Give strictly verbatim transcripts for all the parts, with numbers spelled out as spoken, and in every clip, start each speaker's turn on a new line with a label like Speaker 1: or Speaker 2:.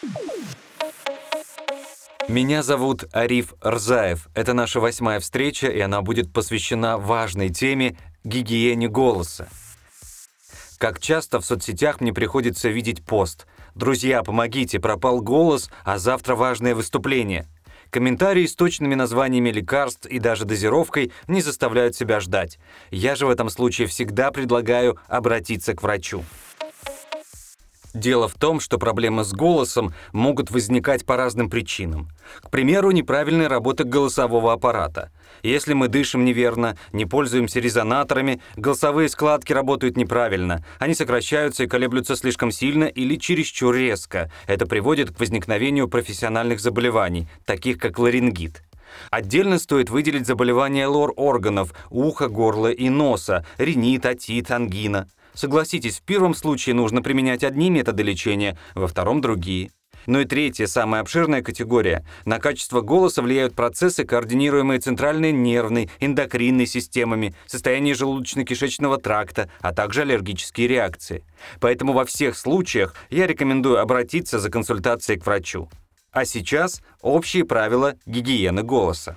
Speaker 1: Меня зовут Ариф Рзаев. Это наша восьмая встреча, и она будет посвящена важной теме – гигиене голоса. Как часто в соцсетях мне приходится видеть пост: «Друзья, помогите, пропал голос, а завтра важное выступление». Комментарии с точными названиями лекарств и даже дозировкой не заставляют себя ждать. Я же в этом случае всегда предлагаю обратиться к врачу. Дело в том, что проблемы с голосом могут возникать по разным причинам. К примеру, неправильная работа голосового аппарата. Если мы дышим неверно, не пользуемся резонаторами, голосовые складки работают неправильно, они сокращаются и колеблются слишком сильно или чересчур резко. Это приводит к возникновению профессиональных заболеваний, таких как ларингит. Отдельно стоит выделить заболевания лор-органов, уха, горла и носа, ринит, отит, ангина. Согласитесь, в первом случае нужно применять одни методы лечения, во втором — другие. Ну и третья, самая обширная категория. На качество голоса влияют процессы, координируемые центральной нервной, эндокринной системами, состояние желудочно-кишечного тракта, а также аллергические реакции. Поэтому во всех случаях я рекомендую обратиться за консультацией к врачу. А сейчас общие правила гигиены голоса.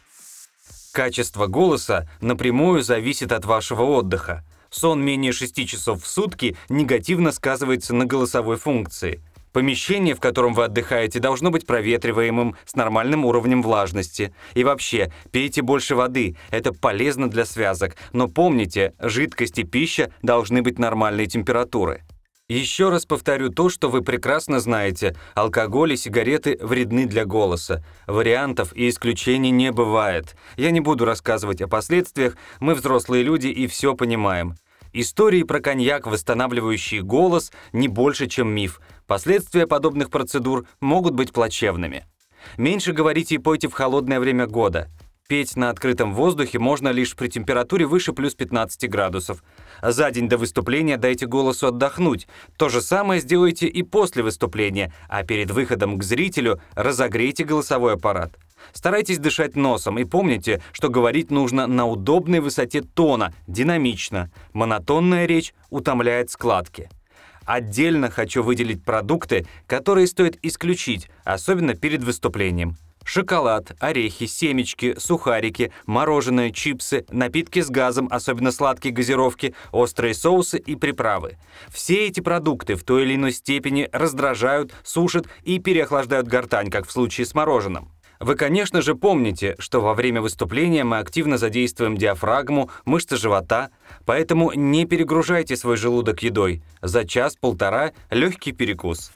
Speaker 1: Качество голоса напрямую зависит от вашего отдыха. Сон менее шести часов в сутки негативно сказывается на голосовой функции. Помещение, в котором вы отдыхаете, должно быть проветриваемым, с нормальным уровнем влажности. И вообще, пейте больше воды, это полезно для связок. Но помните, жидкость и пища должны быть нормальной температуры. Еще раз повторю то, что вы прекрасно знаете. Алкоголь и сигареты вредны для голоса. Вариантов и исключений не бывает. Я не буду рассказывать о последствиях, мы взрослые люди и все понимаем. Истории про коньяк, восстанавливающий голос, не больше, чем миф. Последствия подобных процедур могут быть плачевными. Меньше говорите и пойте в холодное время года. Петь на открытом воздухе можно лишь при температуре выше плюс пятнадцати градусов. За день до выступления дайте голосу отдохнуть. То же самое сделайте и после выступления, а перед выходом к зрителю разогрейте голосовой аппарат. Старайтесь дышать носом и помните, что говорить нужно на удобной высоте тона, динамично. Монотонная речь утомляет складки. Отдельно хочу выделить продукты, которые стоит исключить, особенно перед выступлением. Шоколад, орехи, семечки, сухарики, мороженое, чипсы, напитки с газом, особенно сладкие газировки, острые соусы и приправы. Все эти продукты в той или иной степени раздражают, сушат и переохлаждают гортань, как в случае с мороженым. Вы, конечно же, помните, что во время выступления мы активно задействуем диафрагму, мышцы живота, поэтому не перегружайте свой желудок едой. За час-полтора легкий перекус.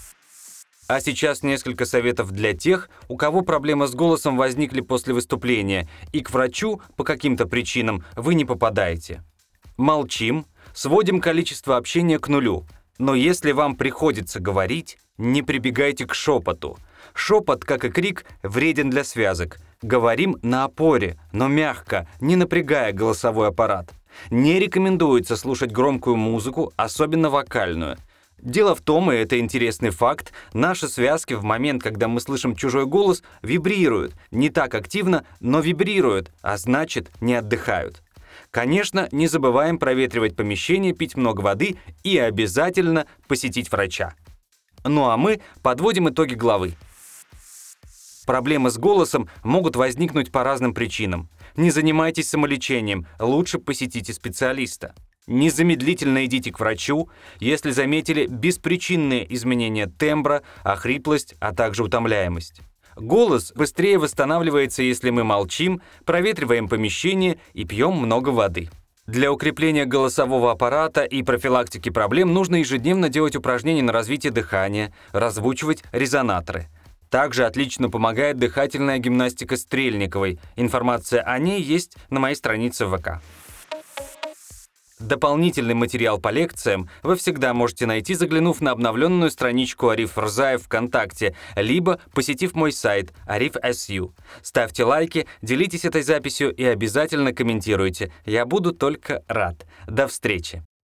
Speaker 1: А сейчас несколько советов для тех, у кого проблемы с голосом возникли после выступления, и к врачу по каким-то причинам вы не попадаете. Молчим, сводим количество общения к нулю. Но если вам приходится говорить, не прибегайте к шепоту. Шепот, как и крик, вреден для связок. Говорим на опоре, но мягко, не напрягая голосовой аппарат. Не рекомендуется слушать громкую музыку, особенно вокальную. Дело в том, и это интересный факт, наши связки в момент, когда мы слышим чужой голос, вибрируют. Не так активно, но вибрируют, а значит, не отдыхают. Конечно, не забываем проветривать помещение, пить много воды и обязательно посетить врача. Ну а мы подводим итоги главы. Проблемы с голосом могут возникнуть по разным причинам. Не занимайтесь самолечением, лучше посетите специалиста. Незамедлительно идите к врачу, если заметили беспричинные изменения тембра, охриплость, а также утомляемость. Голос быстрее восстанавливается, если мы молчим, проветриваем помещение и пьем много воды. Для укрепления голосового аппарата и профилактики проблем нужно ежедневно делать упражнения на развитие дыхания, раззвучивать резонаторы. Также отлично помогает дыхательная гимнастика Стрельниковой. Информация о ней есть на моей странице в ВК. Дополнительный материал по лекциям вы всегда можете найти, заглянув на обновленную страничку Ариф Рзаев ВКонтакте, либо посетив мой сайт ариф точка эс ю. Ставьте лайки, делитесь этой записью и обязательно комментируйте. Я буду только рад. До встречи!